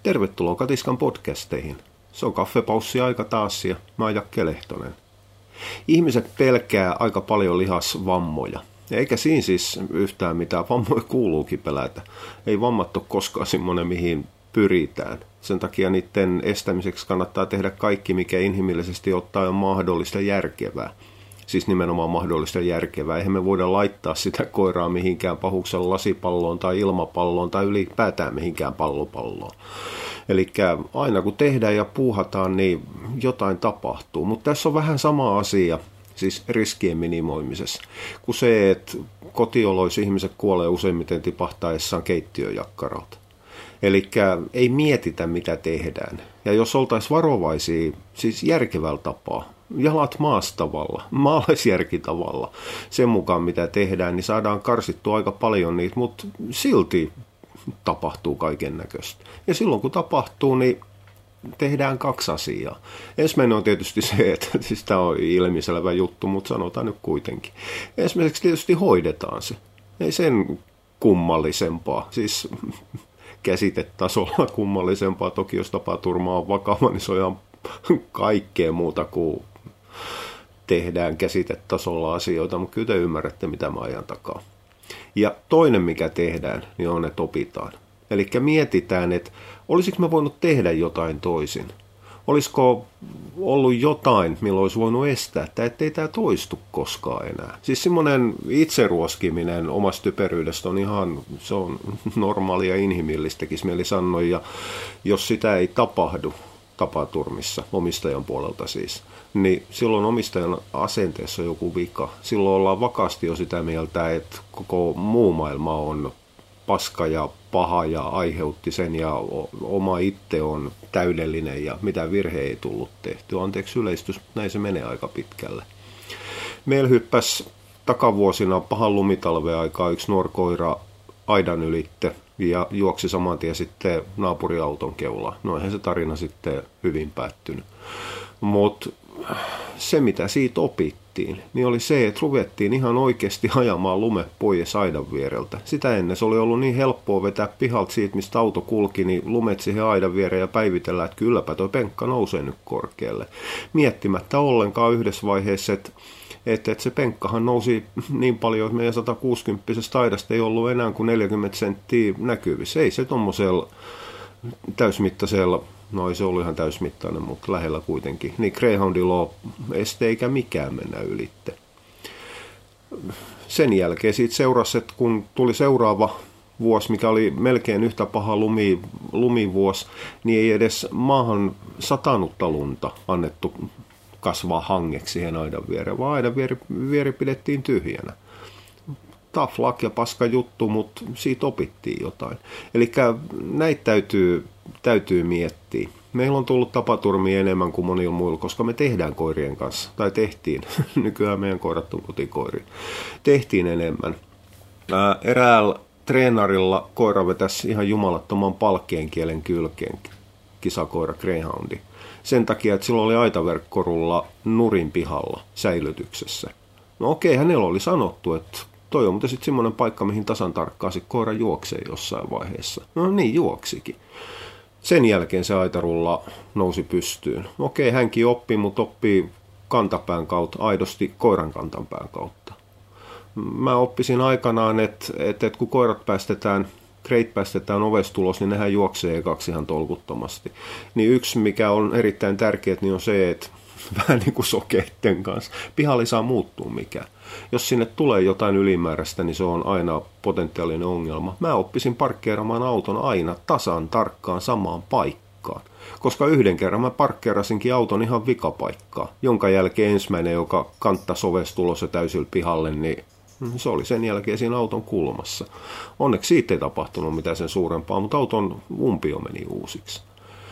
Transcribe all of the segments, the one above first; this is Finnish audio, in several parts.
Tervetuloa Katiskan podcasteihin. Se on kaffepaussi-aika taas ja mä oon Jakke Lehtonen. Ihmiset pelkää aika paljon lihasvammoja. Eikä siinä siis yhtään mitään, vammoja kuuluukin pelätä. Ei vammat ole koskaan semmoinen, mihin pyritään. Sen takia niiden estämiseksi kannattaa tehdä kaikki, mikä inhimillisesti ottaen on mahdollista järkevää. Siis nimenomaan mahdollista järkevää. Eihän me voida laittaa sitä koiraa mihinkään pahuksen lasipalloon tai ilmapalloon tai ylipäätään mihinkään pallopalloon. Eli aina kun tehdään ja puuhataan, niin jotain tapahtuu. Mutta tässä on vähän sama asia, siis riskien minimoimisessa, kuin se, että kotioloissa ihmiset kuolee useimmiten tipahtaessaan keittiöjakkaralta. Eli ei mietitä, mitä tehdään. Ja jos oltaisiin varovaisia, siis järkevällä tapaa, jalat maastavalla, maalaisjärkitavalla, sen mukaan mitä tehdään, niin saadaan karsittua aika paljon niitä, mutta silti tapahtuu kaiken näköistä. Ja silloin kun tapahtuu, niin tehdään kaksi asiaa. Ensimmäinen on tietysti se, että siis tämä on ilmiselvä juttu, mutta sanotaan nyt kuitenkin. Ensimmäiseksi tietysti hoidetaan se. Ei sen kummallisempaa, siis käsitetasolla kummallisempaa. Toki jos tapaturma on vakava, niin se on ihan kaikkea muuta kuin tehdään käsitetasolla asioita, mutta kyllä te ymmärrätte, mitä mä ajan takaa. Ja toinen, mikä tehdään, niin on, että opitaan. Eli mietitään, että olisiko mä voinut tehdä jotain toisin. Olisiko ollut jotain, milloin olisi voinut estää, että ettei tämä toistu koskaan enää. Siis semmoinen itseruoskiminen omasta typeryydestä on ihan, se on normaalia inhimillistäkin, mieli sanoi, ja jos sitä ei tapahdu tapaturmissa, omistajan puolelta siis, niin silloin omistajan asenteessa on joku vika. Silloin ollaan vakaasti jo sitä mieltä, että koko muu maailma on paska ja paha ja aiheutti sen ja oma itse on täydellinen ja mitä virhe ei tullut tehty. Anteeksi yleistys, näin se menee aika pitkälle. Meillä hyppäsi takavuosina pahan lumitalven aikaa yksi nuori koira aidan ylitte ja juoksi saman tien sitten naapuriauton keulaan. No eihän se tarina sitten hyvin päättynyt. Mutta se, mitä siitä opittiin, niin oli se, että ruvettiin ihan oikeasti ajamaan lume pois aidan viereltä. Sitä ennen se oli ollut niin helppoa vetää pihalta siitä, mistä auto kulki, niin lumet siihen aidan viereen ja päivitellään, että kylläpä toi penkka nousee nyt korkealle. Miettimättä ollenkaan yhdessä vaiheessa, että se penkkahan nousi niin paljon, että meidän 160 aidasta ei ollut enää kuin 40 senttiä näkyvissä. Ei se tommosella täysmittaisella, no ei se ollut ihan täysmittainen, mutta lähellä kuitenkin, niin Greyhoundilla este eikä mikään mennä ylitte. Sen jälkeen siitä seurasi, että kun tuli seuraava vuosi, mikä oli melkein yhtä paha lumivuosi, niin ei edes maahan satanutta lunta annettu kasvaa hangeksi siihen aidan viereen, vaan aidan vieri pidettiin tyhjänä. Tough luck ja paska juttu, mutta siitä opittiin jotain. Eli näitä täytyy miettiä. Meillä on tullut tapaturmia enemmän kuin monilla muilla, koska me tehdään koirien kanssa, tai tehtiin. Nykyään meidän koirat on kotikoiria. Tehtiin enemmän. Eräällä treenarilla koira vetäisi ihan jumalattoman palkkien kielen kylkeen, kisakoira Greyhoundi. Sen takia, että silloin oli aitaverkkorulla nurin pihalla säilytyksessä. No okei, hänellä oli sanottu, että toi on mutta sitten semmoinen paikka, mihin tasan tarkkaan se koira juoksee jossain vaiheessa. No niin, juoksikin. Sen jälkeen se aitarulla nousi pystyyn. Okei, hänkin oppi, mutta oppii kantapään kautta, aidosti koiran kantapään kautta. Mä oppisin aikanaan, että kun koirat kreit päästetään ovesta tulos, niin nehän juoksee ekaksi ihan tolkuttomasti. Niin yksi, mikä on erittäin tärkeää, niin on se, että vähän niin kuin sokeitten kanssa, pihalle ei saa muuttua mikään. Jos sinne tulee jotain ylimääräistä, niin se on aina potentiaalinen ongelma. Mä oppisin parkkeeramaan auton aina tasan tarkkaan samaan paikkaan. Koska yhden kerran mä parkkeerasinkin auton ihan vikapaikkaan, jonka jälkeen ensimmäinen, joka kanttasi ovesta tulos ja täysillä pihalle, niin se oli sen jälkeen siinä auton kulmassa. Onneksi siitä ei tapahtunut mitään sen suurempaa, mutta auton umpio meni uusiksi.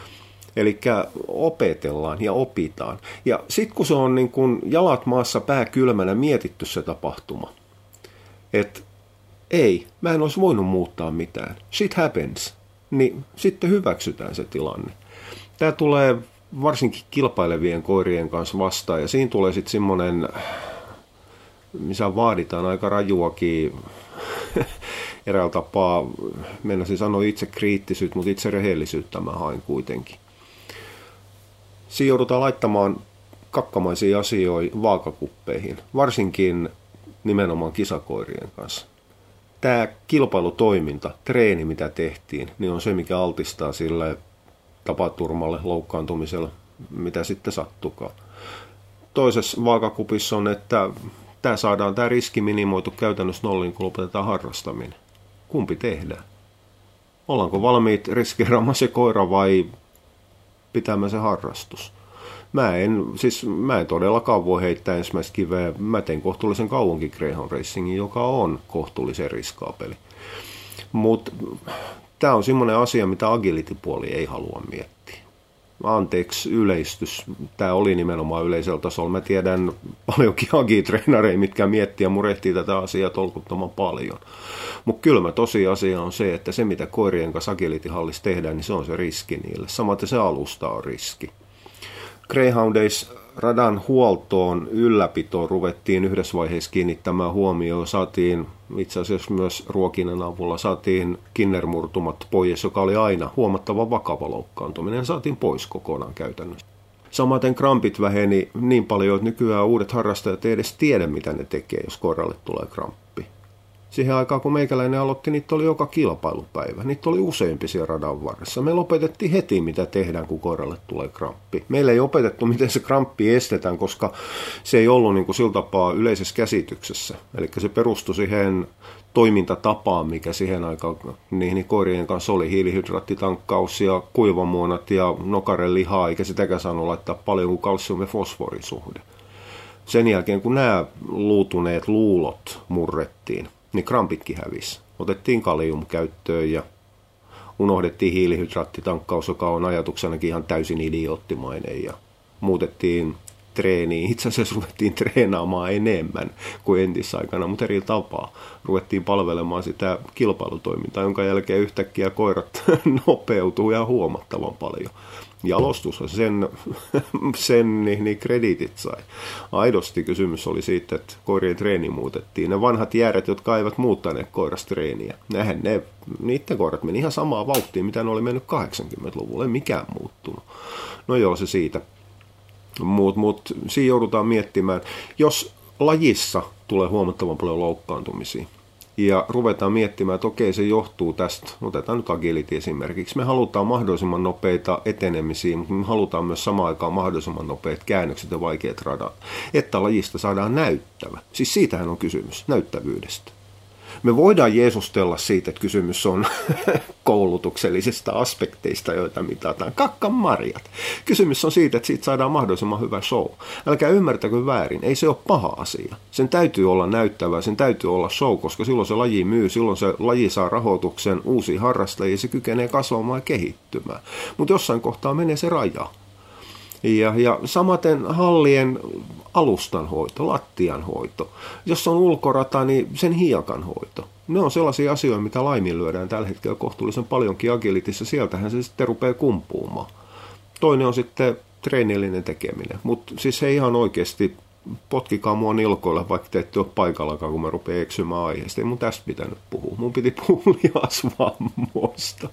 Eli opetellaan ja opitaan. Ja sitten kun se on niin kun jalat maassa pää kylmänä mietitty se tapahtuma, että ei, mä en olisi voinut muuttaa mitään. Shit happens. Niin sitten hyväksytään se tilanne. Tämä tulee varsinkin kilpailevien koirien kanssa vastaan ja siinä tulee sitten semmoinen, missä vaaditaan aika rajuakin eräällä tapaa, meinasin sanoa itse kriittisyyttä, mutta itse rehellisyyttä mä hain kuitenkin. Siinä joudutaan laittamaan kakkamaisia asioita vaakakuppeihin, varsinkin nimenomaan kisakoirien kanssa. Tämä kilpailutoiminta, treeni mitä tehtiin, niin on se mikä altistaa sille tapaturmalle, loukkaantumiselle, mitä sitten sattukaan. Toisessa vaakakupissa on, että tämä riski minimoitu käytännössä nolliin, kun lopetetaan harrastaminen. Kumpi tehdään? Ollaanko valmiit riskeeraamaan se koira vai pitämään se harrastus? Mä en todellakaan voi heittää ensimmäistä kiveä. Mä tein kohtuullisen kauankin Greyhound Racingin, joka on kohtuullisen riskaapeli. Mutta tämä on semmoinen asia, mitä agility-puoli ei halua miettiä. Anteeksi yleistys. Tämä oli nimenomaan yleisellä tasolla. Mä tiedän paljonkin agitreenareja, mitkä miettii ja murehtii tätä asiaa tolkuttoman paljon. Mutta kylmä tosiasia on se, että se mitä koirien kanssa agility-hallissa tehdään, niin se on se riski niille. Samaten se alusta on riski. Greyhoundeissa radan huoltoon, ylläpitoon ruvettiin yhdessä vaiheessa kiinnittämään huomioon. Saatiin itse asiassa myös ruokinnan avulla, saatiin kinnermurtumat pois, joka oli aina huomattavan vakava loukkaantuminen. Saatiin pois kokonaan käytännössä. Samaten krampit väheni niin paljon, että nykyään uudet harrastajat ei edes tiedä, mitä ne tekee, jos koiralle tulee kramppi. Siihen aikaan, kun meikäläinen aloitti, niitä oli joka kilpailupäivä. Niitä oli useampi siellä radan varressa. Me lopetettiin heti, mitä tehdään, kun koiralle tulee kramppi. Meillä ei opetettu, miten se kramppi estetään, koska se ei ollut niin kuin sillä tapaa yleisessä käsityksessä. Eli se perustui siihen toimintatapaan, mikä siihen aikaan niihin koirien kanssa oli. Hiilihydraattitankkaus ja kuivamuonat ja nokarelihaa, eikä sitäkään saanut laittaa paljon kuin kalsium- ja fosforisuhde. Sen jälkeen, kun nämä luutuneet luulot murrettiin, niin krampitkin hävisi. Otettiin kalium käyttöön ja unohdettiin hiilihydraattitankkaus, joka on ajatuksenakin ihan täysin idioottimainen, ja muutettiin treeniin. Itse asiassa ruvettiin treenaamaan enemmän kuin entisaikana, mutta eri tapaa. Ruvettiin palvelemaan sitä kilpailutoimintaa, jonka jälkeen yhtäkkiä koirat nopeutuu ja huomattavan paljon. Jalostus sen niin krediitit sai. Aidosti kysymys oli siitä, että koirien treeni muutettiin. Ne vanhat jääret, jotka eivät muuttaneet koirastreeniä. Niiden koirat meni ihan samaa vauhtia, mitä ne oli mennyt 80-luvulla. Ei mikään muuttunut. No joo, se siitä. Mut siinä joudutaan miettimään, jos lajissa tulee huomattavan paljon loukkaantumisia, ja ruvetaan miettimään, että okei, se johtuu tästä. Otetaan nyt agility esimerkiksi. Me halutaan mahdollisimman nopeita etenemisiä, mutta me halutaan myös samaan aikaan mahdollisimman nopeat käännökset ja vaikeat radat. Että lajista saadaan näyttävä. Siis siitähän on kysymys, näyttävyydestä. Me voidaan jeesustella siitä, että kysymys on koulutuksellisista aspekteista, joita mitataan. Kakkan marjat. Kysymys on siitä, että siitä saadaan mahdollisimman hyvä show. Älkää ymmärtäkö väärin, ei se ole paha asia. Sen täytyy olla näyttävää, sen täytyy olla show, koska silloin se laji myy, silloin se laji saa rahoituksen uusia harrastajia ja se kykenee kasvamaan ja kehittymään. Mutta jossain kohtaa menee se raja. Ja samaten hallien alustanhoito, lattianhoito. Jos on ulkorata, niin sen hiekan hoito. Ne on sellaisia asioita, mitä laiminlyödään tällä hetkellä kohtuullisen paljonkin agilitissa. Sieltähän se sitten rupeaa kumpuumaan. Toinen on sitten treenillinen tekeminen. Mutta siis ei ihan oikeasti potkikaa mua nilkoille, vaikka te ette ole paikallakaan, kun mä rupean eksymään aiheesta. Ei mun tästä pitänyt puhua. Mun piti puhua lihasvammoista.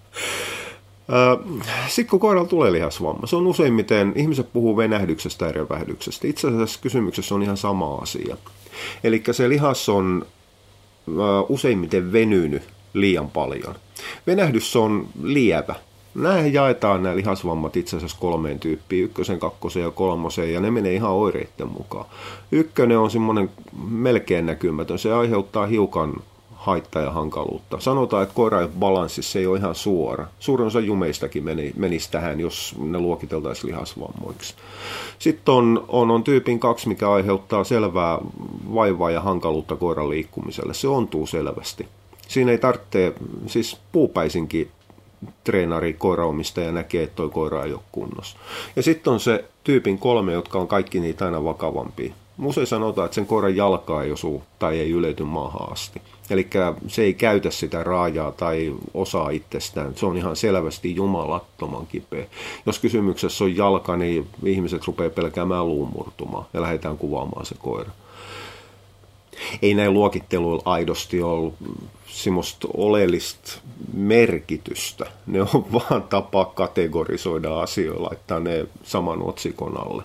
Sitten kun koiralla tulee lihasvamma, se on useimmiten, ihmiset puhuu venähdyksestä ja revähdyksestä. Itse asiassa kysymyksessä on ihan sama asia. Eli se lihas on useimmiten venynyt liian paljon. Venähdys on lievä. Näihin jaetaan nämä lihasvammat itse asiassa 3 tyyppiä, 1, 2 ja 3, ja ne menee ihan oireiden mukaan. 1 on semmoinen melkein näkymätön, se aiheuttaa hiukan haittaa ja hankaluutta. Sanotaan, että koiran balanssissa ei ole ihan suora. Suurin osa jumeistakin menisi tähän, jos ne luokiteltaisiin lihasvammoiksi. Sitten on tyypin 2, mikä aiheuttaa selvää vaivaa ja hankaluutta koiran liikkumiselle. Se ontuu selvästi. Siinä ei tarvitse, siis puupäisinkin treenari, koiraomistaja näkee, että toi koira ei ole kunnossa. Ja sitten on se tyypin 3, jotka on kaikki niitä aina vakavampia. Usein sanotaan, että sen koiran jalka ei osu tai ei ylety maahan asti. Eli se ei käytä sitä raajaa tai osaa itsestään. Se on ihan selvästi jumalattoman kipeä. Jos kysymyksessä on jalka, niin ihmiset rupeaa pelkäämään luumurtumaan ja lähdetään kuvaamaan se koira. Ei näin luokitteluilla aidosti ole semmoista oleellista merkitystä. Ne on vaan tapa kategorisoida asioita, laittaa ne saman otsikon alle.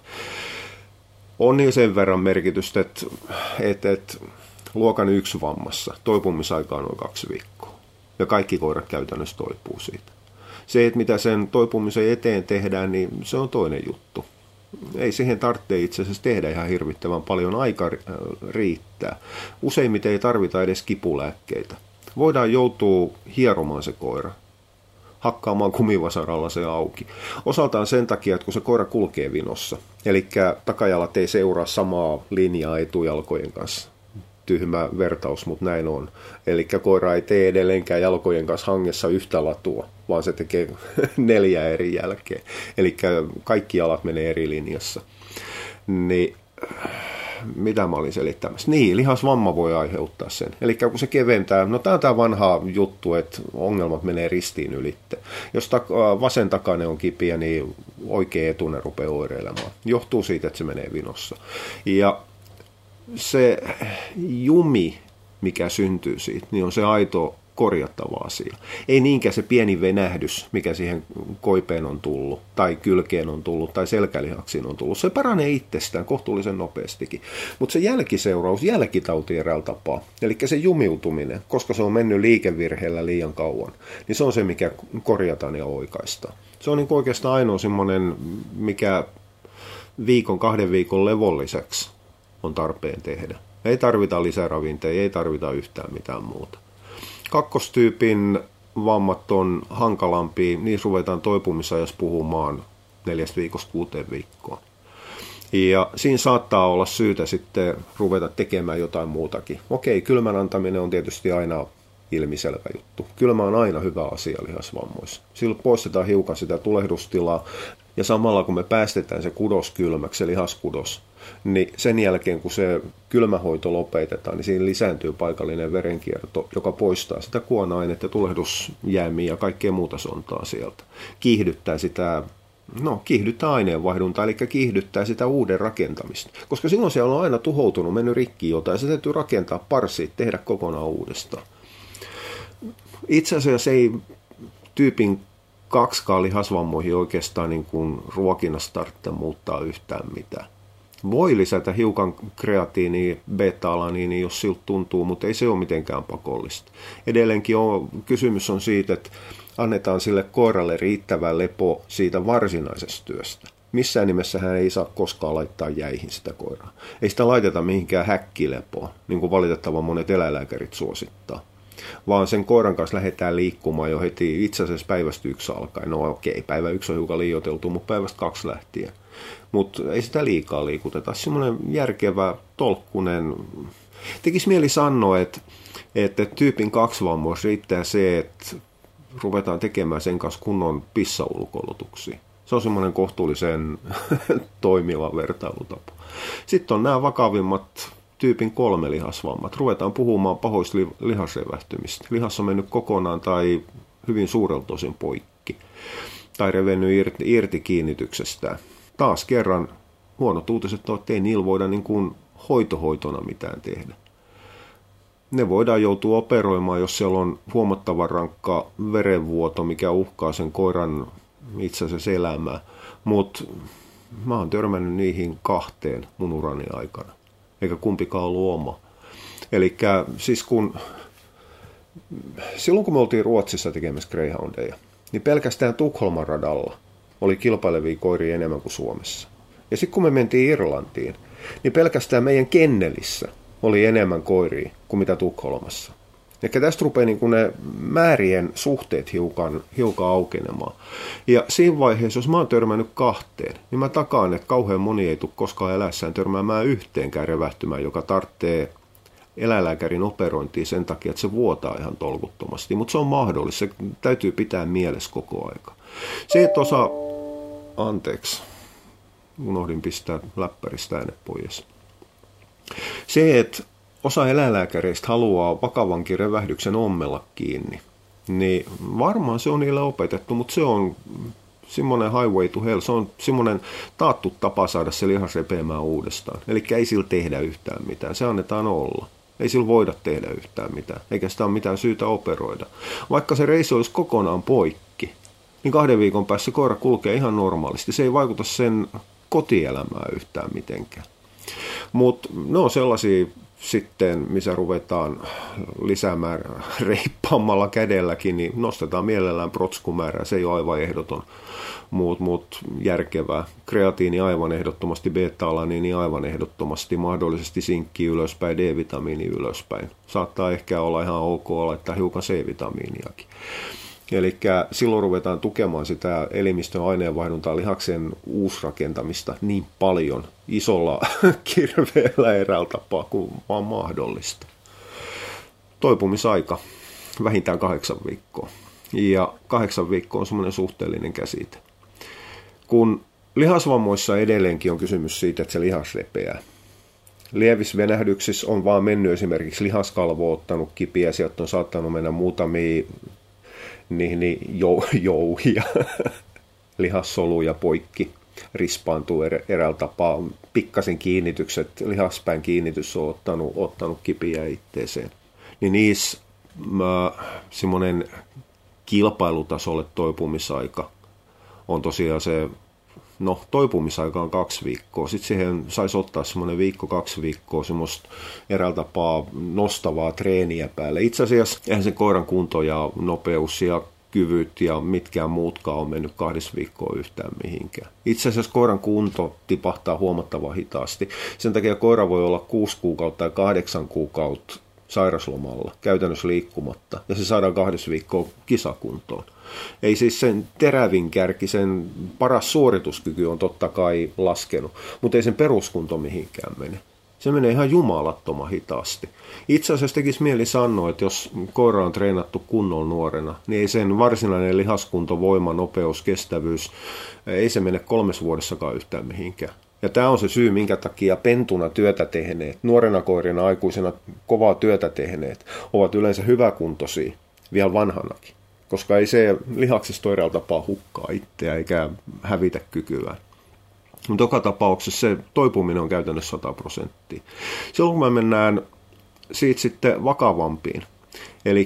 On niin sen verran merkitystä, että luokan 1 vammassa toipumisaika on noin 2 viikkoa. Ja kaikki koirat käytännössä toipuu siitä. Se, että mitä sen toipumisen eteen tehdään, niin se on toinen juttu. Ei siihen tarvitse itse asiassa tehdä ihan hirvittävän paljon, aika riittää. Useimmiten ei tarvita edes kipulääkkeitä. Voidaan joutua hieromaan se koira, hakkaamaan kumivasaralla se auki. Osaltaan sen takia, että kun se koira kulkee vinossa, eli takajalat ei seuraa samaa linjaa etujalkojen kanssa. Tyhmä vertaus, mutta näin on. Eli koira ei tee edelleenkään jalkojen kanssa hangessa yhtä latua, vaan se tekee 4 eri jälkeen. Eli kaikki jalat menee eri linjassa. Niin, mitä mä olin selittämässä? Niin, lihasvamma voi aiheuttaa sen. Eli kun se keventää, no tämä on tämä vanha juttu, että ongelmat menee ristiin ylitte. Jos vasen takainen on kipiä, niin oikea etunen rupeaa oireilemaan. Johtuu siitä, että se menee vinossa. Ja se jumi, mikä syntyy siitä, niin on se aito korjattava asia. Ei niinkään se pieni venähdys, mikä siihen koipeen on tullut, tai kylkeen on tullut, tai selkälihaksiin on tullut. Se paranee itsestään kohtuullisen nopeastikin. Mutta se jälkiseuraus, jälkitauti eräällä tapaa, eli se jumiutuminen, koska se on mennyt liikevirheellä liian kauan, niin se on se, mikä korjataan ja oikaistaan. Se on niin oikeastaan ainoa semmoinen, mikä 2 viikon levolliseksi on tarpeen tehdä. Ei tarvita lisäravinteja, ei tarvita yhtään mitään muuta. 2-tyypin vammat on hankalampia, niissä ruvetaan toipumisajassa puhumaan 4 viikosta 6 viikkoon. Ja siinä saattaa olla syytä sitten ruveta tekemään jotain muutakin. Okei, kylmän antaminen on tietysti aina ilmiselvä juttu. Kylmä on aina hyvä asia lihasvammoissa. Silloin poistetaan hiukan sitä tulehdustilaa, ja samalla kun me päästetään se kudos kylmäksi, se lihaskudos, niin sen jälkeen kun se kylmähoito lopetetaan, niin siinä lisääntyy paikallinen verenkierto, joka poistaa sitä kuona-ainetta, tulehdusjäämiä ja kaikkea muuta sontaa sieltä. Kiihdyttää aineenvaihduntaa, eli kiihdyttää sitä uuden rakentamista. Koska silloin siellä on aina tuhoutunut, mennyt rikki jotain, ja se täytyy rakentaa parsiit, tehdä kokonaan uudestaan. Itse asiassa ei tyypin 2 lihasvammoihin oikeastaan niin kuin ruokinnassa tarvitse muuttaa yhtään mitään. Voi lisätä hiukan kreatiiniä, beta-alaniinia, jos siltä tuntuu, mutta ei se ole mitenkään pakollista. Edelleenkin kysymys on siitä, että annetaan sille koiralle riittävä lepo siitä varsinaisesta työstä. Missään nimessä hän ei saa koskaan laittaa jäihin sitä koiraa. Ei sitä laiteta mihinkään häkkilepoon, niin kuin valitettavan monet eläinlääkärit suosittaa. Vaan sen koiran kanssa lähdetään liikkumaan jo heti itse asiassa päivästä 1 alkaen. No okei, päivä 1 on hiukan liioiteltu, mutta päivästä 2 lähtien. Mutta ei sitä liikaa liikuteta. Semmoinen järkevä, tolkkunen. Tekisi mieli sanoa, että tyypin 2 vammoissa riittää se, että ruvetaan tekemään sen kanssa kunnon pissaulkoilutuksia. Se on semmoinen kohtuullisen toimiva vertailutapa. Sitten on nämä vakavimmat tyypin 3 lihasvammat. Ruvetaan puhumaan pahoista lihasrevähtymistä. Lihas on mennyt kokonaan tai hyvin suurelta osin poikki. Tai revennyt irti kiinnityksestään. Taas kerran huonot uutiset on, että ei niillä voida niin kuin hoitohoitona mitään tehdä. Ne voidaan joutua operoimaan, jos siellä on huomattavan rankka verenvuoto, mikä uhkaa sen koiran itse asiassa elämää. Mutta mä oon törmännyt niihin 2 mun urani aikana, eikä kumpikaan ollut oma. Eli siis silloin kun me oltiin Ruotsissa tekemässä greyhoundeja, niin pelkästään Tukholman radalla oli kilpailevia koiria enemmän kuin Suomessa. Ja sitten kun me mentiin Irlantiin, niin pelkästään meidän kennelissä oli enemmän koiria kuin mitä Tukholmassa. Eli tästä rupeaa niin kuin ne määrien suhteet hiukan aukenemaan. Ja siinä vaiheessa, jos mä oon törmännyt 2, niin mä takaan, että kauhean moni ei tule koskaan eläessään törmäämään yhteenkään revähtymään, joka tarvitsee eläinlääkärin operointia sen takia, että se vuotaa ihan tolkuttomasti. Mutta se on mahdollista, se täytyy pitää mielessä koko aika. Se, että unohdin pistää läppäristä äänet pois. Se, että osa eläinlääkäreistä haluaa vakavankin revähdyksen ommella kiinni, niin varmaan se on niille opetettu, mutta se on semmoinen highway to hell, se on semmoinen taattu tapa saada se lihas repeämään uudestaan. Eli ei sillä tehdä yhtään mitään, se annetaan olla. Ei sillä voida tehdä yhtään mitään, eikä sitä ole mitään syytä operoida. Vaikka se reisi olisi kokonaan poikki, niin 2 viikon päässä koira kulkee ihan normaalisti. Se ei vaikuta sen kotielämään yhtään mitenkään. Mutta ne on sellaisia sitten, missä ruvetaan lisäämään reippaammalla kädelläkin, niin nostetaan mielellään protskumäärää. Se ei ole aivan ehdoton, mutta järkevää. Kreatiini aivan ehdottomasti, beta-alaniini aivan ehdottomasti, mahdollisesti sinkki ylöspäin, D-vitamiini ylöspäin. Saattaa ehkä olla ihan ok laittaa hiukan C-vitamiiniakin. Eli silloin ruvetaan tukemaan sitä elimistön aineenvaihduntaa, lihaksen uusrakentamista niin paljon isolla kirveellä eräällä tapaa kuin vaan mahdollista. Toipumisaika vähintään 8 viikkoa. Ja 8 viikkoa on semmoinen suhteellinen käsite. Kun lihasvammoissa edelleenkin on kysymys siitä, että se lihas repeää. Lievissä venähdyksissä on vaan mennyt esimerkiksi lihaskalvo ottanut kipiä, sieltä on saattanut mennä muutamia jouhia, lihassoluja poikki, rispaantuu eräällä tapaa. Pikkasen kiinnitykset, lihaspäin kiinnitys on ottanut kipiä itteeseen. Niin niissä semmoinen kilpailutasolle toipumisaika on tosiaan se, toipumisaika on 2 viikkoa. Sitten siihen saisi ottaa semmoinen 1-2 viikkoa semmoista eräällä tapaa nostavaa treeniä päälle. Itse asiassa eihän se koiran kunto ja nopeus ja kyvyt ja mitkään muutkaan on mennyt 2 viikkoa yhtään mihinkään. Itse asiassa koiran kunto tipahtaa huomattavan hitaasti. Sen takia koira voi olla 6 kuukautta tai 8 kuukautta sairaslomalla, käytännössä liikkumatta, ja se saadaan 2 viikkoa kisakuntoon. Ei siis sen terävin kärki, sen paras suorituskyky on totta kai laskenut, mutta ei sen peruskunto mihinkään mene. Se menee ihan jumalattoman hitaasti. Itse asiassa tekisi mieli sanoa, että jos koira on treenattu kunnolla nuorena, niin ei sen varsinainen lihaskunto, voima, nopeus, kestävyys, ei se mene 3 vuodessakaan yhtään mihinkään. Ja tämä on se syy, minkä takia pentuna työtä tehneet, nuorena koirina, aikuisena kovaa työtä tehneet, ovat yleensä hyväkuntoisia vielä vanhanakin. Koska ei se lihaksista eräällä tapaa hukkaa itseä eikä hävitä kykyään. Mutta joka tapauksessa se toipuminen on käytännössä 100%. Silloin kun me mennään siitä sitten vakavampiin, eli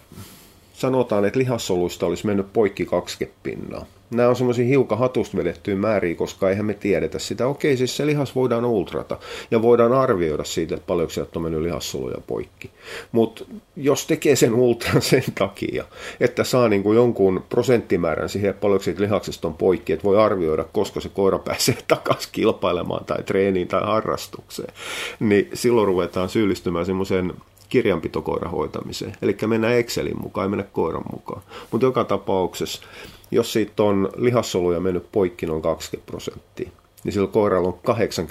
sanotaan, että lihassoluista olisi mennyt poikki 20 pinnaa. Nämä on semmoisia hiukan hatusta vedettyjä määriä, koska eihän me tiedetä sitä. Okei, siis se lihas voidaan ultrata ja voidaan arvioida siitä, että paljonko sieltä on mennyt lihassoluja poikki. Mutta jos tekee sen ultran sen takia, että saa niinku jonkun prosenttimäärän siihen, että paljonko siitä lihaksesta on poikki, että voi arvioida, koska se koira pääsee takaisin kilpailemaan tai treeniin tai harrastukseen, niin silloin ruvetaan syyllistymään semmoiseen kirjanpitokoiran hoitamiseen. Eli mennään Excelin mukaan, ei mennä koiran mukaan. Mutta joka tapauksessa, jos siitä on lihassoluja mennyt poikki noin 20%, niin sillä koiralla on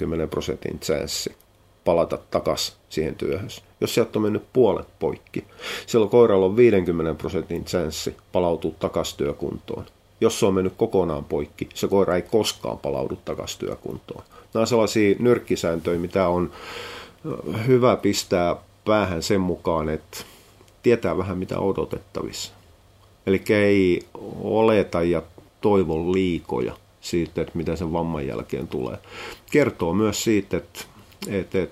80% chanssi palata takaisin siihen työhön. Jos sieltä on mennyt puolet poikki, silloin koiralla on 50% chanssi palautua takaisin työkuntoon. Jos se on mennyt kokonaan poikki, se koira ei koskaan palaudu takaisin työkuntoon. Nämä on sellaisia nyrkkisääntöjä, mitä on hyvä pistää päähän sen mukaan, että tietää vähän mitä odotettavissa. Eli ei oleta ja toivo liikoja siitä, että mitä sen vamman jälkeen tulee. Kertoo myös siitä, että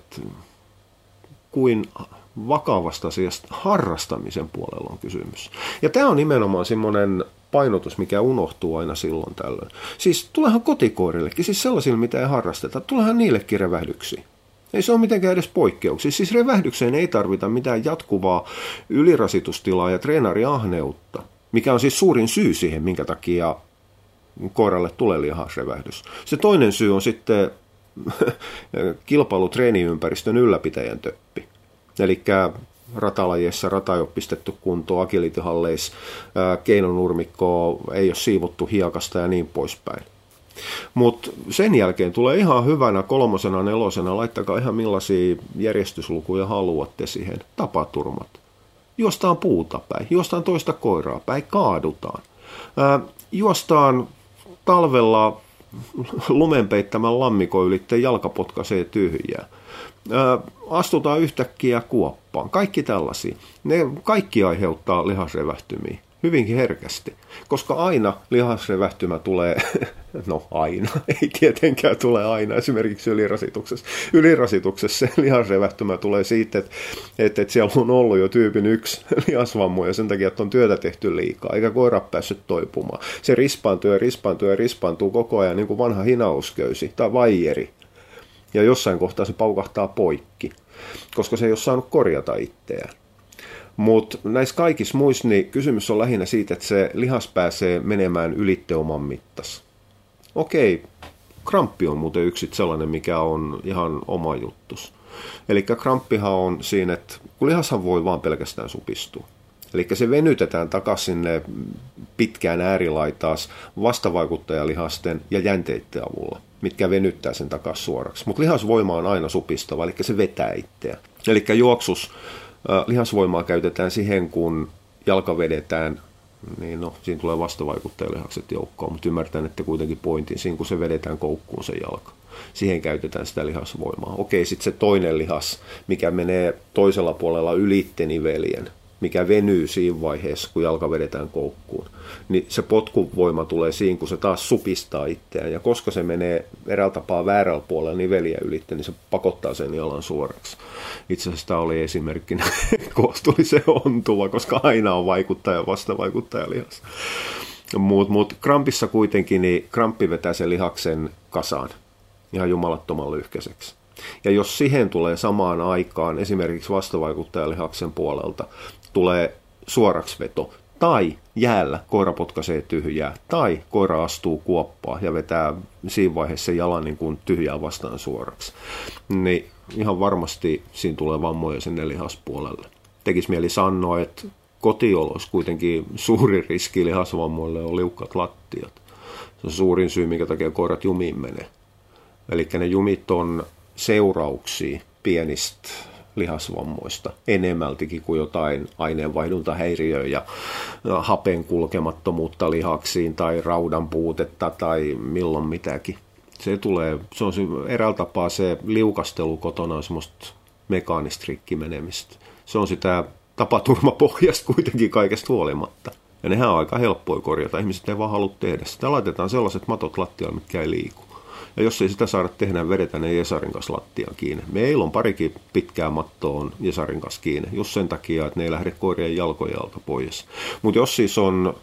kuin vakavasta asiasta harrastamisen puolella on kysymys. Ja tämä on nimenomaan semmoinen painotus, mikä unohtuu aina silloin tällöin. Siis tulehan kotikoirillekin, siis sellaisille, mitä ei harrasteta, tulehan niillekin revähdyksiä. Ei se ole mitenkään edes poikkeuksia. Siis revähdykseen ei tarvita mitään jatkuvaa ylirasitustilaa ja treenariahneutta, mikä on siis suurin syy siihen, minkä takia koiralle tulee lihasrevähdys. Se toinen syy on sitten kilpailu treeniympäristön ylläpitäjän töppi. Eli ratalajeissa rata ei ole pistetty kuntoon, agilityhalleissa keinonurmikkoa ei ole siivottu hiekasta ja niin poispäin. Mutta sen jälkeen tulee ihan hyvänä 3., 4, laittakaa ihan millaisia järjestyslukuja haluatte siihen, tapaturmat. Juostaan puuta päin, juostaan toista koiraa päin, kaadutaan. Juostaan talvella lumenpeittämän lammikon ylitteen jalkapotkaisee tyhjää. Astutaan yhtäkkiä kuoppaan. Kaikki tällaisia. Ne kaikki aiheuttaa lihasrevähtymiä. hyvinkin herkästi, koska aina lihasrevähtymä tulee, no aina, ei tietenkään tule aina, esimerkiksi ylirasituksessa se lihasrevähtymä tulee siitä, että siellä on ollut jo tyypin 1 lihasvammo ja sen takia, että on työtä tehty liikaa, eikä koira päässyt toipumaan. Se rispaantuu koko ajan niin kuin vanha hinausköysi tai vaijeri, ja jossain kohtaa se paukahtaa poikki, koska se ei ole saanut korjata itseään. Mutta näissä kaikissa muissa niin kysymys on lähinnä siitä, että se lihas pääsee menemään ylitte oman mittas. Okei, kramppi on muuten yksi sellainen, mikä on ihan oma juttus. Eli kramppihan on siinä, että kun lihashan voi vaan pelkästään supistua. Eli se venytetään takaisin sinne pitkään äärilaitaas vastavaikuttajalihasten ja jänteiden avulla, mitkä venyttää sen takaisin suoraksi. Mutta lihasvoima on aina supistava, eli se vetää itseään. Eli juoksus lihasvoimaa käytetään siihen, kun jalka vedetään, niin no, siinä tulee vastavaikuttajalihakset joukkoon, mutta ymmärtän, että kuitenkin pointin siinä, kun se vedetään koukkuun se jalka. Siihen käytetään sitä lihasvoimaa. Okei, sitten se toinen lihas, mikä menee toisella puolella ylitte nivelien, mikä venyy siinä vaiheessa, kun jalka vedetään koukkuun, niin se potkuvoima tulee siinä, kun se taas supistaa itseään. Ja koska se menee eräällä tapaa väärällä puolella niveliä ylitte, niin se pakottaa sen jalan suoraksi. Itse asiassa tämä oli esimerkkinä, koostui se ontuva, koska aina on vaikuttaja vastavaikuttajalihas. Mutta krampissa kuitenkin, niin kramppi vetää sen lihaksen kasaan ihan jumalattoman lyhkäiseksi. Ja jos siihen tulee samaan aikaan, esimerkiksi vastavaikuttajalihaksen puolelta, tulee suoraksi veto, tai jäällä koira potkaisee tyhjää, tai koira astuu kuoppaa ja vetää siinä vaiheessa sen jalan niin kuin tyhjää vastaan suoraksi, niin ihan varmasti siinä tulee vammoja sinne lihaspuolelle. Tekisi mieli sanoa, että kotioloissa kuitenkin suuri riski lihasvammoille on liukkaat lattiat. Se on suurin syy, minkä takia koirat jumiin menee. Eli ne jumit on seurauksia pienistä lihasvammoista enemmältikin kuin jotain aineenvaihduntahäiriöä ja hapen kulkemattomuutta lihaksiin tai raudan puutetta tai milloin mitäkin. Se on eräällä tapaa se liukastelu kotona on semmoista mekaanista rikkimenemistä. Se on sitä tapaturmapohjasta kuitenkin kaikesta huolimatta. Ja nehän on aika helppoja korjata. Ihmiset ei vaan halua tehdä sitä. Laitetaan sellaiset matot lattialle, mitkä ei liiku. Ja jos ei sitä saada tehdä, vedetään ne jesarin kanssa lattiaan kiinni. Meillä on parikin pitkää mattoa on jesarin kanssa kiinni, just sen takia, että ne ei lähde koirien jalkojen alta pois. Mutta jos siis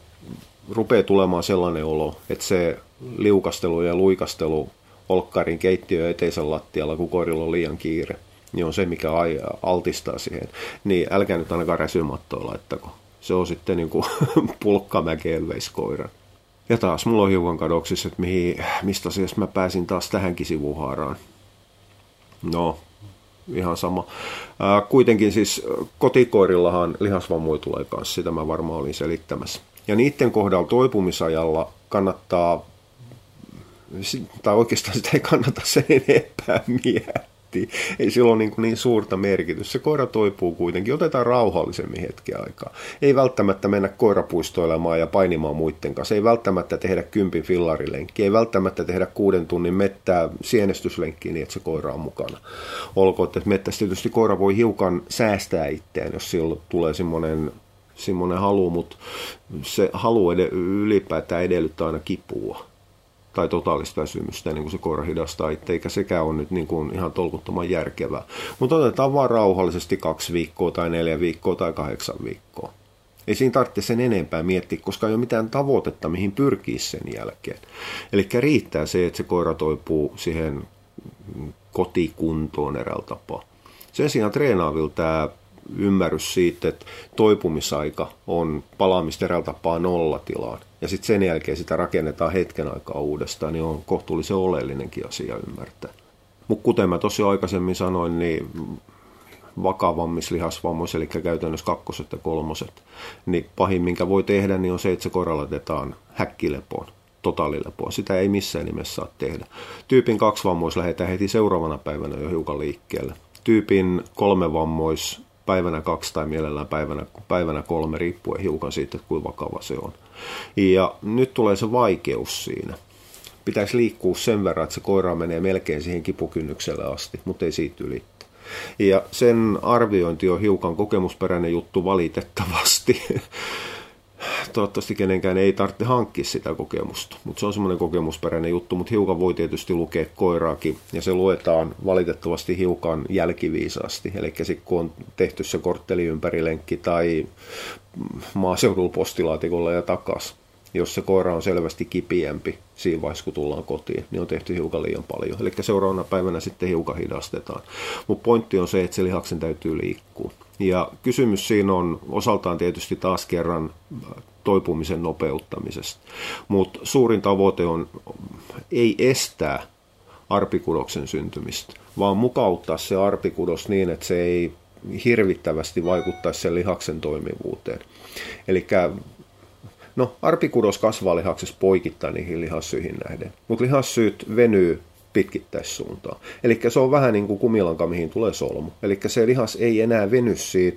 rupeaa tulemaan sellainen olo, että se liukastelu ja luikastelu olkkarin keittiön eteisen lattialla, kun koirilla on liian kiire, niin on se, mikä altistaa siihen. Niin älkää nyt ainakaan räsymattoa laittako. Se on sitten niin kuin pulkkamäkeen veisi koiran. Ja taas mulla on hiukan kadoksissa, että mistä asiassa mä pääsin taas tähänkin sivuhaaraan. No, ihan sama. Kuitenkin siis kotikoirillahan lihasvammoja tulee kanssa, sitä mä varmaan olin selittämässä. Ja niiden kohdalla toipumisajalla kannattaa, tai oikeastaan sitä ei kannata sen enempää miettiä. Ei sillä ole niin suurta merkitystä. Se koira toipuu kuitenkin. Otetaan rauhallisemmin hetken aikaa. Ei välttämättä mennä koirapuistoilemaan ja painimaan muiden kanssa. Ei välttämättä tehdä 10 fillarilenkkiä. Ei välttämättä tehdä 6 tunnin mettää sienestyslenkkiä niin, että se koira on mukana. Olkoon, että mettässä tietysti koira voi hiukan säästää itseään, jos sillä tulee semmoinen halu, mutta se halu ylipäätään edellyttää aina kipua tai totaalista väsymystä, niin kuin se koira hidastaa itse, eikä sekään ole nyt niin kuin ihan tolkuttoman järkevää. Mutta otetaan vaan rauhallisesti 2 viikkoa tai 4 viikkoa tai 8 viikkoa. Ei siinä tarvitse sen enempää miettiä, koska ei ole mitään tavoitetta, mihin pyrkii sen jälkeen. Eli riittää se, että se koira toipuu siihen kotikuntoon eräällä tapaa. Sen sijaan treenaavilla tämä ymmärrys siitä, että toipumisaika on palaamista eräällä tapaa nollatilaan. Ja sitten sen jälkeen sitä rakennetaan hetken aikaa uudestaan, niin on kohtuullisen oleellinenkin asia ymmärtää. Mutta kuten mä tosiaan aikaisemmin sanoin, niin vakavammissa lihasvammoissa, eli käytännössä 2. ja 3, niin pahin minkä voi tehdä, niin on se, että se koira laitetaan häkkilepoon, totaalilepoon. Sitä ei missään nimessä saa tehdä. Tyypin 2 vammoissa lähdetään heti seuraavana päivänä jo hiukan liikkeelle. Tyypin 3 vammoissa päivänä 2 tai mielellään päivänä 3, riippuen hiukan siitä, että kuinka vakava se on. Ja nyt tulee se vaikeus siinä. Pitäisi liikkua sen verran, että se koira menee melkein siihen kipukynnykselle asti, mutta ei siitä ylittä. Ja sen arviointi on hiukan kokemusperäinen juttu valitettavasti. toivottavasti kenenkään ei tarvitse hankkia sitä kokemusta, mutta se on semmoinen kokemusperäinen juttu, mutta hiukan voi tietysti lukea koiraakin, ja se luetaan valitettavasti hiukan jälkiviisaasti, eli sitten kun on tehty se kortteliympärilenkki tai maaseudulla postilaatikolla ja takas, jos se koira on selvästi kipiempi siinä vaiheessa, kun tullaan kotiin, niin on tehty hiukan liian paljon. Eli seuraavana päivänä sitten hiukan hidastetaan. Mutta pointti on se, että se lihaksen täytyy liikkua. Ja kysymys siinä on osaltaan tietysti taas kerran toipumisen nopeuttamisesta. Mutta suurin tavoite on ei estää arpikudoksen syntymistä, vaan mukauttaa se arpikudos niin, että se ei hirvittävästi vaikuttaisi sen lihaksen toimivuuteen. Eli arpikudos kasvaa lihaksessa poikittain niihin lihassyihin nähden, mutta lihassyyt venyy pitkittäissuuntaan. Eli se on vähän niin kuin kumilanka, mihin tulee solmu. Eli se lihas ei enää veny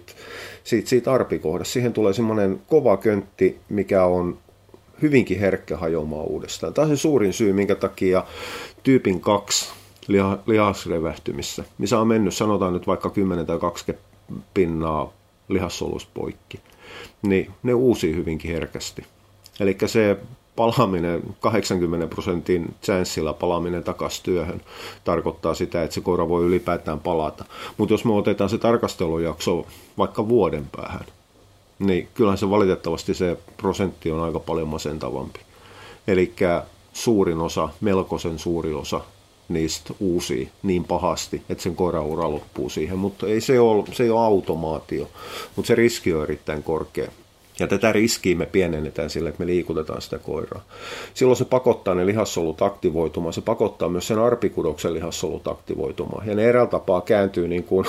siitä arpikohdasta. Siihen tulee semmoinen kova köntti, mikä on hyvinkin herkkä hajoamaan uudestaan. Tämä on se suurin syy, minkä takia tyypin 2 lihasrevähtymissä, missä on mennyt, sanotaan nyt vaikka 10 tai 20 pinnaa lihassoluista poikki, niin ne uusii hyvinkin herkästi. Eli se palaaminen, 80% chanssilla palaaminen takaisin työhön, tarkoittaa sitä, että se koira voi ylipäätään palata. Mutta jos me otetaan se tarkastelujakso vaikka vuoden päähän, niin kyllähän se valitettavasti se prosentti on aika paljon masentavampi. Eli suurin osa, melkoisen suuri osa niistä uusii niin pahasti, että sen koiran ura loppuu siihen, mutta ei se ole automaatio, mutta se riski on erittäin korkea. Ja tätä riskiä me pienennetään sillä, että me liikutetaan sitä koiraa. Silloin se pakottaa ne lihassolut aktivoitumaan, se pakottaa myös sen arpikudoksen lihassolut aktivoitumaan. Ja ne eräällä tapaa kääntyy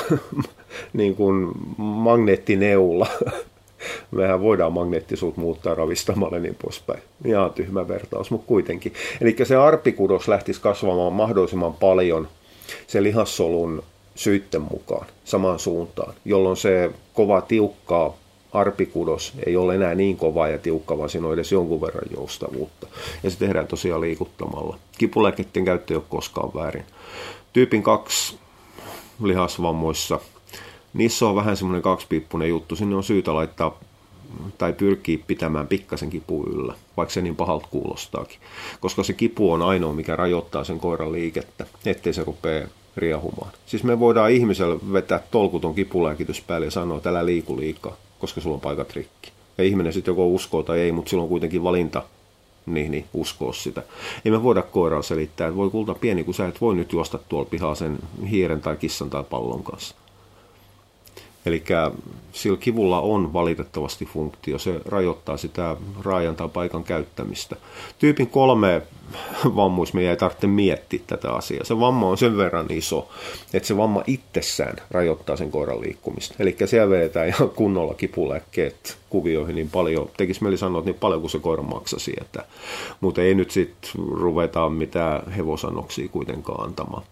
niin kuin magneettineula. Mehän voidaan magneettisuutta muuttaa ravistamalla niin poispäin. Ihan tyhmä vertaus, mutta kuitenkin. Eli se arpikudos lähtisi kasvamaan mahdollisimman paljon sen lihassolun syitten mukaan samaan suuntaan, jolloin se kova tiukkaa arpikudos ei ole enää niin kova ja tiukka, vaan siinä on edes jonkun verran joustavuutta. Ja se tehdään tosiaan liikuttamalla. Kipulääkkeiden käyttö ei ole koskaan väärin. Tyypin 2 lihasvammoissa, niissä on vähän semmoinen kaksipiippunen juttu. Sinne on syytä laittaa tai pyrkiä pitämään pikkasen kipu yllä, vaikka se niin pahalta kuulostaakin. Koska se kipu on ainoa, mikä rajoittaa sen koiran liikettä, ettei se rupea riehumaan. Siis me voidaan ihmisellä vetää tolkuton kipulääkitys päälle ja sanoa, että älä liiku liikaa, koska sulla on paikat rikki. Ja ihminen sitten joko uskoo tai ei, mutta silloin on kuitenkin valinta niin uskoa sitä. Ei me voida koiraa selittää, että voi kulta pieni, kun sä et voi nyt juosta tuolla pihaa sen hiiren tai kissan tai pallon kanssa. Eli sillä kivulla on valitettavasti funktio, se rajoittaa sitä raajan tai paikan käyttämistä. Tyypin 3 vammuissa me ei tarvitse miettiä tätä asiaa. Se vamma on sen verran iso, että se vamma itsessään rajoittaa sen koiran liikkumista. Eli siellä vedetään ihan kunnolla kipulääkkeet kuvioihin niin paljon, tekisi mieli sanoa, että niin paljon kuin se koira maksaa sieltä. Mutta ei nyt sitten ruveta mitään hevosanoksia kuitenkaan antamaan.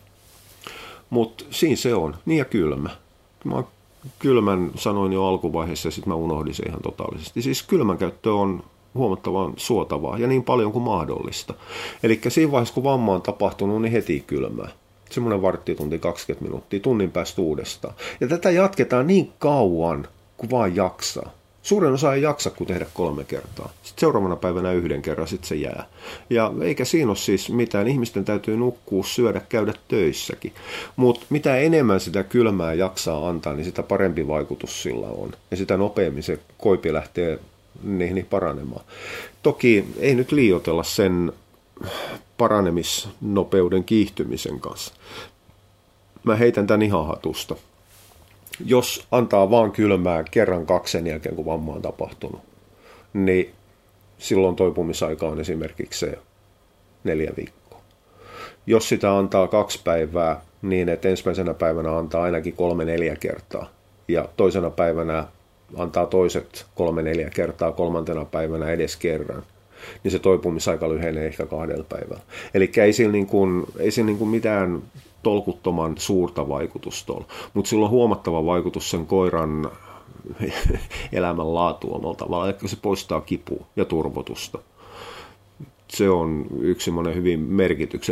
Mutta siinä se on, niin ja kylmä. Mä kylmän sanoin jo alkuvaiheessa ja sitten mä unohdin sen ihan totaalisesti. Siis kylmän käyttö on huomattavan suotavaa ja niin paljon kuin mahdollista. Eli siinä vaiheessa, kun vamma on tapahtunut, niin heti kylmää. Semmoinen varttitunti 20 minuuttia, tunnin päästä uudestaan. Ja tätä jatketaan niin kauan, kuin vaan jaksaa. Suurin osa ei jaksa, kun tehdä 3 kertaa. Sitten seuraavana päivänä 1 kerran, sitten se jää. Ja eikä siinä ole siis mitään. Ihmisten täytyy nukkua, syödä, käydä töissäkin. Mutta mitä enemmän sitä kylmää jaksaa antaa, niin sitä parempi vaikutus sillä on. Ja sitä nopeammin se koipi lähtee niihin paranemaan. Toki ei nyt liioitella sen paranemisnopeuden kiihtymisen kanssa. Mä heitän tämän ihan hatusta. Jos antaa vaan kylmää kerran 2 sen jälkeen, kun vamma on tapahtunut, niin silloin toipumisaika on esimerkiksi se 4 viikkoa. Jos sitä antaa 2 päivää, niin että ensimmäisenä päivänä antaa ainakin 3-4 kertaa, ja toisena päivänä antaa toiset 3-4 kertaa, 3. päivänä edes kerran, niin se toipumisaika lyhenee ehkä 2 päivällä. Eli ei sillä niin kuin mitään tolkuttoman suurta vaikutusta ole, mutta sillä on huomattava vaikutus sen koiran elämänlaatuun omalla tavalla, eli se poistaa kipua ja turvotusta. Se on yksi hyvin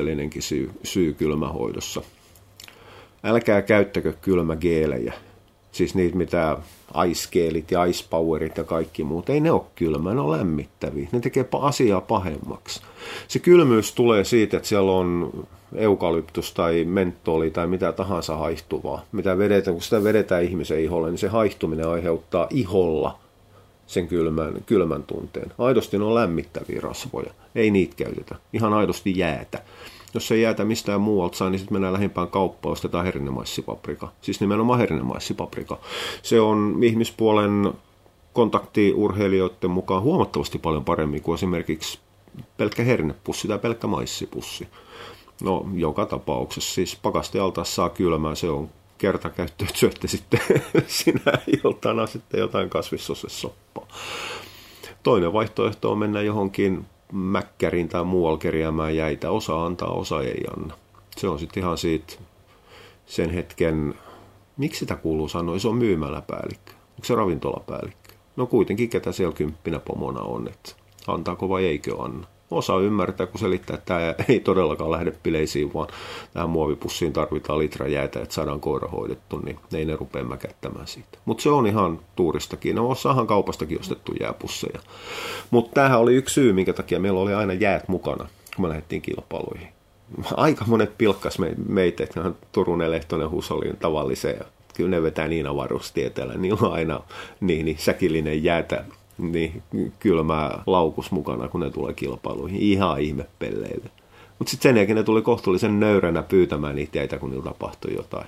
merkityksellinenkin syy kylmähoidossa. Älkää käyttäkö kylmägeelejä. Siis niitä mitä ice-keelit ja ice powerit ja kaikki muut, ei ne ole kylmää, ne on lämmittäviä. Ne tekee asiaa pahemmaksi. Se kylmyys tulee siitä, että siellä on eukalyptus tai mentoli tai mitä tahansa haihtuvaa. Mitä vedetään, kun sitä vedetään ihmisen iholle, niin se haihtuminen aiheuttaa iholla sen kylmän tunteen. Aidosti ne on lämmittäviä rasvoja. Ei niitä käytetä. Ihan aidosti jäätä. Jos ei jäätä mistään muualta saa, niin sitten mennään lähimpään kauppaan, ostetaan hernemaisipaprika. Siis nimenomaan hernemaisipaprika. Se on ihmispuolen kontaktiurheilijoiden mukaan huomattavasti paljon paremmin kuin esimerkiksi pelkkä hernepussi tai pelkkä maissipussi. No, joka tapauksessa. Siis pakastealtaassa saa kylmää, se on kertakäyttö, että syötte sitten sinä iltana sitten jotain kasvissosesoppaa. Toinen vaihtoehto on mennä johonkin mäkkäriin tai muualla kerjäämään jäitä. Osa antaa, osa ei anna. Se on sitten ihan siitä sen hetken, miksi sitä kuuluu sanoa, se on myymäläpäällikkö. Onko se ravintolapäällikkö? No kuitenkin ketä siellä kymppinä pomona on, että antaako vai eikö anna. Osa ymmärtää, kun selittää, että tämä ei todellakaan lähde bileisiin, vaan tähän muovipussiin tarvitaan litra jäätä, että saadaan koira hoidettu, niin ei ne rupea mäkättämään siitä. Mutta se on ihan tuuristakin. No osaahan kaupastakin ostettu jääpusseja. Mutta tämähän oli yksi syy, minkä takia meillä oli aina jäät mukana, kun me lähdettiin kilpailuihin. Aika monet pilkkas meitä, että Turunen, Lehtonen, Husolin tavalliseen. Kyllä ne vetää niin avaruustieteellä. Niillä on aina niin säkillinen jäätä. Niin kylmää laukus mukana, kun ne tulee kilpailuihin. Ihan ihmepelleille. Mutta sitten sen jälkeen ne tuli kohtuullisen nöyränä pyytämään niitä jäitä, kun niillä tapahtui jotain.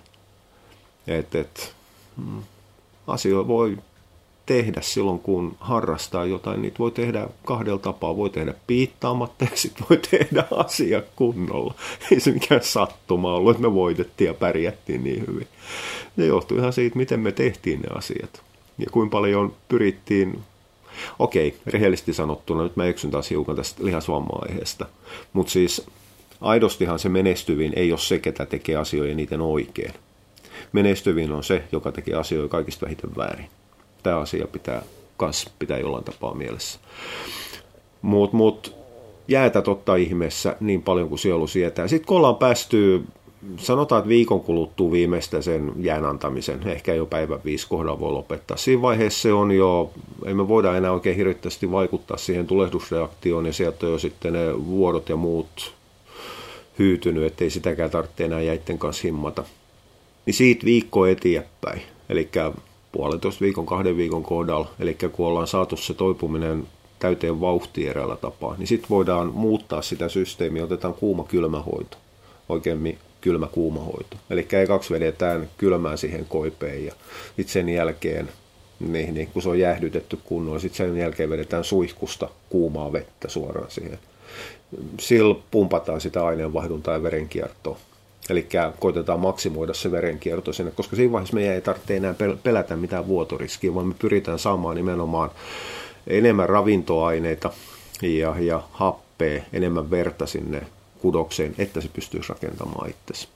Asioita voi tehdä silloin, kun harrastaa jotain. Niitä voi tehdä kahdella tapaa. Voi tehdä piittaamatta ja sitten voi tehdä asia kunnolla. Ei se mikään sattuma ollut, että me voitettiin ja pärjättiin niin hyvin. Se johtui ihan siitä, miten me tehtiin ne asiat. Ja kuinka paljon pyrittiin. Okei, rehellisesti sanottuna, nyt mä eksyn taas hiukan tästä lihasvamma-aiheesta, mutta siis aidostihan se menestyvin ei ole se, ketä tekee asioita eniten oikein. Menestyvin on se, joka tekee asioita kaikista vähiten väärin. Tämä asia pitää jollain tapaa mielessä. Mut jäätä totta ihmeessä niin paljon kuin sielu sietää. Sitten kun ollaan päästy, sanotaan, että viikon kuluttua viimeistä sen jään antamisen, ehkä jo päivän 5 kohdalla voi lopettaa. Siinä vaiheessa se on jo, ei me voida enää oikein hirvittävästi vaikuttaa siihen tulehdusreaktioon, ja sieltä on jo sitten ne vuodot ja muut hyytynyt, ettei sitäkään tarvitse enää jäitten kanssa himmata. Niin siitä viikko eteenpäin, eli 1,5 viikon, 2 viikon kohdalla, eli kun ollaan saatu se toipuminen täyteen vauhtia eräällä tapaa, niin sitten voidaan muuttaa sitä systeemiä, otetaan kuuma-kylmähoito, oikein kylmä-kuumahoito. Eli ekaksi vedetään kylmää siihen koipeen ja sitten sen jälkeen, niin, kun se on jäähdytetty kunnolla, sitten sen jälkeen vedetään suihkusta kuumaa vettä suoraan siihen. Sillä pumpataan sitä aineenvaihduntaa ja verenkiertoa. Eli koitetaan maksimoida se verenkierto sinne, koska siinä vaiheessa meidän ei tarvitse enää pelätä mitään vuotoriskiä, vaan me pyritään saamaan nimenomaan enemmän ravintoaineita ja happea, enemmän verta sinne kudokseen, että se pystyisi rakentamaan itsesi.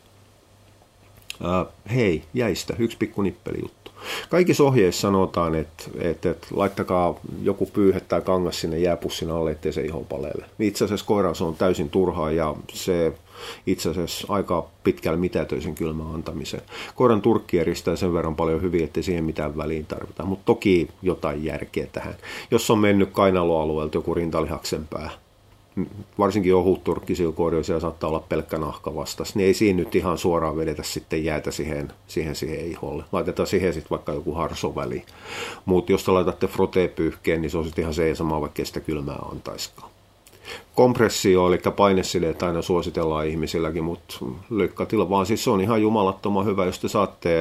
Hei, jäistä, yksi pikku nippelijuttu. Kaikissa ohjeissa sanotaan, että laittakaa joku pyyhe tai kangas sinne jääpussin alle, ettei se iho paleelle. Itse asiassa koiran se on täysin turhaa ja se itse asiassa aika pitkälle mitätöi sen kylmän antamisen. Koiran turkki eristää sen verran paljon hyvin, ettei siihen mitään väliin tarvita, mutta toki jotain järkeä tähän. Jos on mennyt kainaloalueelta joku rintalihaksen pää, varsinkin ohut turkkisilla koirilla, siellä saattaa olla pelkkä nahka vastas, niin ei siinä nyt ihan suoraan vedetä sitten jäätä siihen iholle. Laitetaan siihen sitten vaikka joku harso väliin. Mutta jos te laitatte frotee-pyyhkeen, niin se on sitten ihan se ja sama, vaikka sitä kylmää antaiskaan. Kompressio, eli painesileet aina suositellaan ihmisilläkin, mutta lykkatila vaan siis se on ihan jumalattoman hyvä, jos te saatte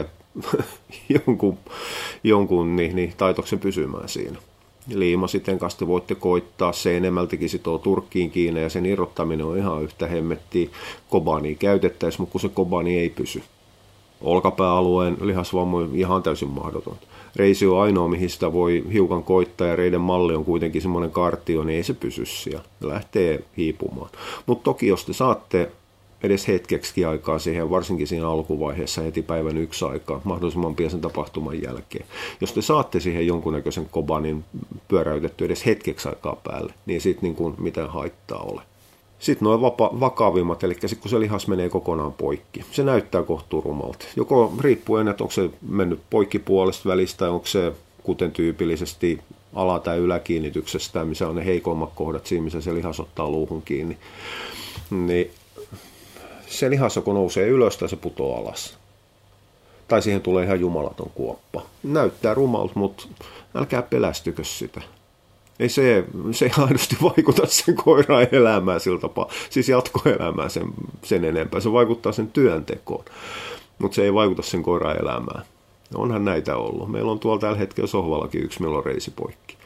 jonkun niin taitoksen pysymään siinä. Liima sitten kanssa te voitte koittaa, se enemmältikin sitoo turkkiin kiinni ja sen irrottaminen on ihan yhtä hemmettiä. Kobania käytettäisiin, mutta kun se kobani ei pysy. Olkapääalueen lihasvammu on ihan täysin mahdoton. Reisi on ainoa, mihin sitä voi hiukan koittaa ja reiden malli on kuitenkin semmoinen kartio, niin ei se pysy siellä. Lähtee hiipumaan. Mutta toki jos te saatte edes hetkeksi aikaa siihen, varsinkin siinä alkuvaiheessa heti päivän 1 aikaa, mahdollisimman pian sen tapahtuman jälkeen. Jos te saatte siihen jonkunnäköisen kobanin pyöräytetty edes hetkeksi aikaa päälle, niin sitten niin kuin mitään haittaa ole. Sitten nuo vakavimmat, eli sitten kun se lihas menee kokonaan poikki, se näyttää kohtuurumalta. Joko riippuen, että onko se mennyt poikki puolesta välistä, tai onko se kuten tyypillisesti ala- tai yläkiinnityksestä, missä on ne heikommat kohdat siinä, missä se lihas ottaa luuhun kiinni, niin se lihas joko nousee ylös tai se putoaa alas. Tai siihen tulee ihan jumalaton kuoppa. Näyttää rumalta, mutta älkää pelästykö sitä. Ei se ei aidosti vaikuta sen koiran elämään sillä tapaa, siis jatkoelämään sen enempää. Se vaikuttaa sen työntekoon, mutta se ei vaikuta sen koiran elämään. Onhan näitä ollut. Meillä on tuolla tällä hetkellä sohvallakin yksi, meillä on reisipoikki.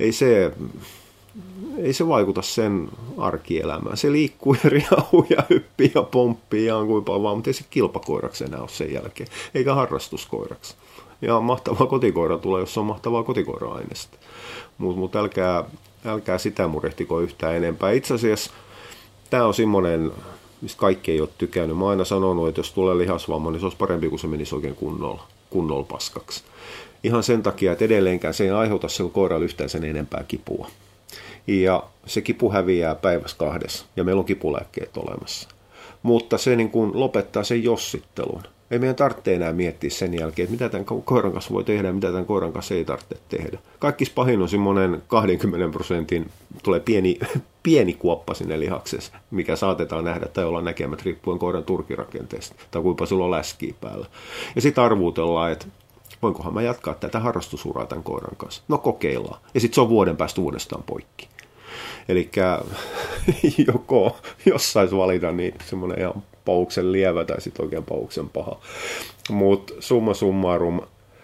Ei se vaikuta sen arkielämään. Se liikkuu ja riahuu ja hyppii ja pomppii ja on kuin vaan, mutta ei se kilpakoiraksi enää ole sen jälkeen, eikä harrastuskoiraksi. Ja mahtavaa kotikoira tulee, jos on mahtavaa kotikoira-aineesta. Mutta älkää sitä murehtiko yhtään enempää. Itse asiassa tämä on semmoinen, mistä kaikki ei ole tykännyt. Mä oon aina sanonut, että jos tulee lihasvamma, niin se olisi parempi, kun se menisi oikein kunnolla paskaksi. Ihan sen takia, että edelleenkään se ei aiheuta sillä koiralla yhtään sen enempää kipua. Ja se kipu häviää päivässä 2, ja meillä on kipulääkkeet olemassa. Mutta se niin kuin lopettaa sen jossittelun. Ei meidän tarvitse enää miettiä sen jälkeen, että mitä tämän koiran kanssa voi tehdä ja mitä tämän koiran kanssa ei tarvitse tehdä. Kaikki pahin on semmoinen 20% tulee pieni kuoppa sinne lihaksessa, mikä saatetaan nähdä tai olla näkemät riippuen koiran turkirakenteesta tai kuinka sulla on läskiä päällä. Ja sitten arvuutellaan, että voinkohan mä jatkaa tätä harrastusuraa tämän koiran kanssa. No kokeillaan. Ja sitten se on vuoden päästä uudestaan poikki. Eli joko jos sais valita, niin semmoinen ihan pauksen lievä tai sitten oikein pauksen paha. Mutta summa summarum,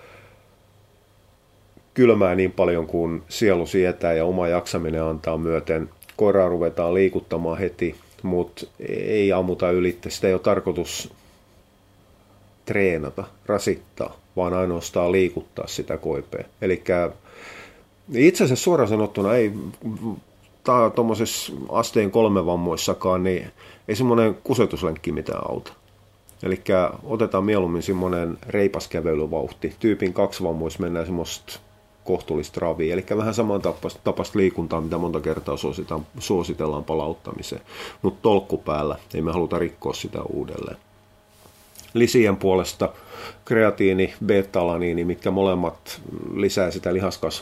kylmää niin paljon kuin sielu sietää ja oma jaksaminen antaa myöten. Koiraa ruvetaan liikuttamaan heti, mutta ei ammuta ylitte. Sitä ei ole tarkoitus treenata, rasittaa, vaan ainoastaan liikuttaa sitä koipea. Eli itse asiassa suoraan sanottuna ei tuommoisessa asteen 3 vammoissakaan, niin ei semmoinen kusetuslenkki mitään auta. Eli otetaan mieluummin semmoinen reipas kävelyvauhti. Tyypin 2 vammoissa mennään semmoista kohtuullista ravia. Eli vähän saman tapasta liikuntaa, mitä monta kertaa suositellaan palauttamiseen. Mutta tolkku päällä, ei me haluta rikkoa sitä uudelleen. Lisien puolesta kreatiini, beta-alaniini, mitkä molemmat lisää sitä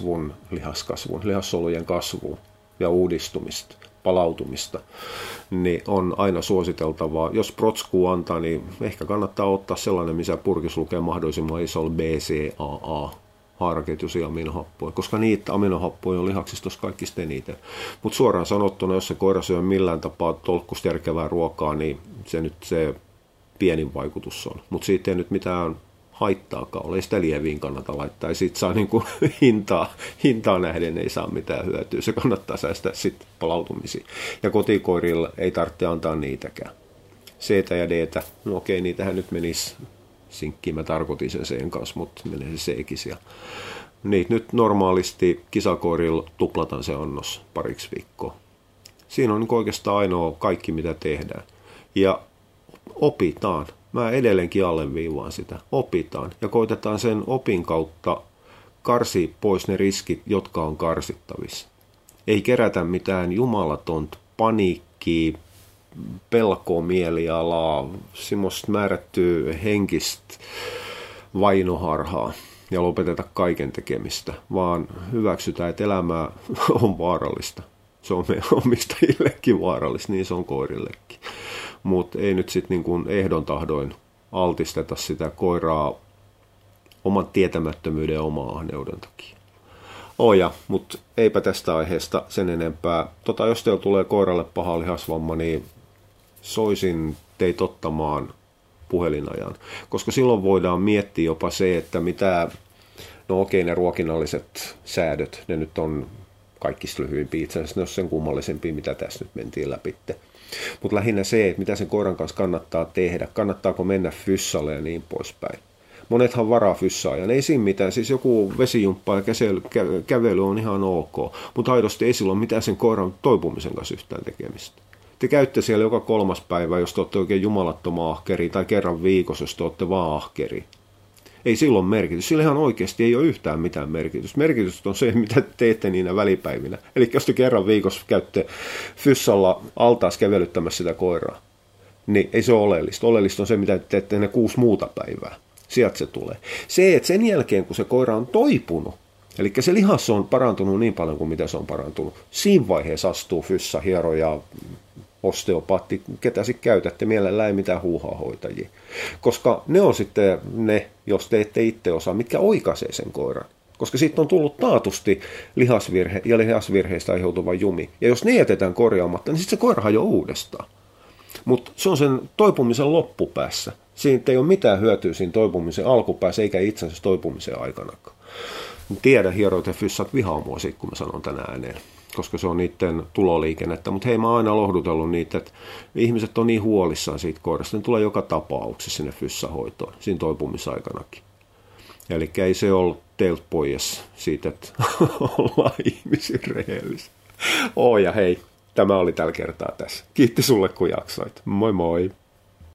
lihassolujen kasvua ja uudistumista, palautumista, niin on aina suositeltavaa. Jos protskuu antaa, niin ehkä kannattaa ottaa sellainen, missä purkissa lukee mahdollisimman isolla BCAA, haaraketjuisia aminohappoja, koska niitä aminohappoja on lihaksistossa kaikista eniten. Mutta suoraan sanottuna, jos se koira syö millään tapaa tolkkusta järkevää ruokaa, niin se pienin vaikutus on. Mutta siitä ei nyt mitään haittaakaan ole. Ei sitä lieviin kannata laittaa. Ja siitä saa niinku hintaa nähden ei saa mitään hyötyä. Se kannattaa säästää sitten palautumisiin. Ja kotikoirilla ei tarvitse antaa niitäkään. C ja D, no okei, niitähän nyt menisi sinkkiin. Mä tarkoitin sen C:n kanssa, mutta menee se C:kin siellä. Niitä nyt normaalisti kisakoirilla tuplataan se annos pariksi viikkoa. Siinä on niin oikeastaan ainoa kaikki, mitä tehdään. Ja opitaan. Mä edelleenkin alleviivaan sitä. Opitaan. Ja koitetaan sen opin kautta karsia pois ne riskit, jotka on karsittavissa. Ei kerätä mitään jumalatonta paniikkiä, pelkoa mielialaa, semmoista määrättyä henkistä vainoharhaa ja lopeteta kaiken tekemistä, vaan hyväksytään, että elämä on vaarallista. Se on meidän omistajillekin vaarallista, niin se on koirillekin. Mutta ei nyt sitten niin ehdon tahdoin altisteta sitä koiraa oman tietämättömyyden ja oman ahneuden takia. Mutta eipä tästä aiheesta sen enempää. Jos teillä tulee koiralle paha lihasvamma, niin soisin teitä ottamaan puhelinajan. Koska silloin voidaan miettiä jopa se, että ne ruokinnalliset säädöt, ne nyt on kaikista lyhyimpiä. Itse asiassa ne on sen kummallisempia, mitä tässä nyt mentiin läpi. Mutta lähinnä se, että mitä sen koiran kanssa kannattaa tehdä, kannattaako mennä fyssalle ja niin poispäin. Monethan varaa fyssaa ja ei siinä mitään, siis joku vesijumppa ja kävely on ihan ok, mutta aidosti ei silloin mitään sen koiran toipumisen kanssa yhtään tekemistä. Te käytte siellä joka 3. päivä, jos te olette oikein jumalattoman ahkeri, tai kerran viikossa, jos te olette vaan ahkeri. Ei silloin merkitys. Sillä ihan oikeasti ei ole yhtään mitään merkitystä. Merkitys on se, mitä teette niinä välipäivinä. Eli jos te kerran viikossa käytte fyssalla altaas kävelyttämässä sitä koiraa, niin ei se ole oleellista. Oleellista on se, mitä teette ne 6 muuta päivää. Sieltä se tulee. Se, että sen jälkeen, kun se koira on toipunut, eli se lihas on parantunut niin paljon kuin mitä se on parantunut, siinä vaiheessa astuu fyssa, hieroja, osteopaatti, ketä sitten käytätte, mielellään ei mitään huuhaa-hoitajia. Koska ne on sitten ne, jos te ette itse osaa, mitkä oikaisee sen koiran. Koska siitä on tullut taatusti lihasvirhe ja lihasvirheistä aiheutuva jumi. Ja jos ne jätetään korjaamatta, niin sitten se koira hajoaa uudestaan. Mutta se on sen toipumisen loppupäässä. Siitä ei ole mitään hyötyä siinä toipumisen alkupäässä, eikä itse asiassa toipumisen aikanakaan. Tiedän hieroit ja fyssat vihaa mua siitä, kun mä sanon tänä ääneen, koska se on niiden tuloliikennettä. Mutta hei, mä oon aina lohdutellut niitä, että ihmiset on niin huolissaan siitä koirasta. Ne tulee joka tapauksessa sinne fyssahoitoon, siinä toipumisaikanakin. Eli ei se ollut teiltä pois siitä, että ollaan ihmisiä rehellisiä. Ja hei, tämä oli tällä kertaa tässä. Kiitti sulle, kun jaksoit. Moi moi!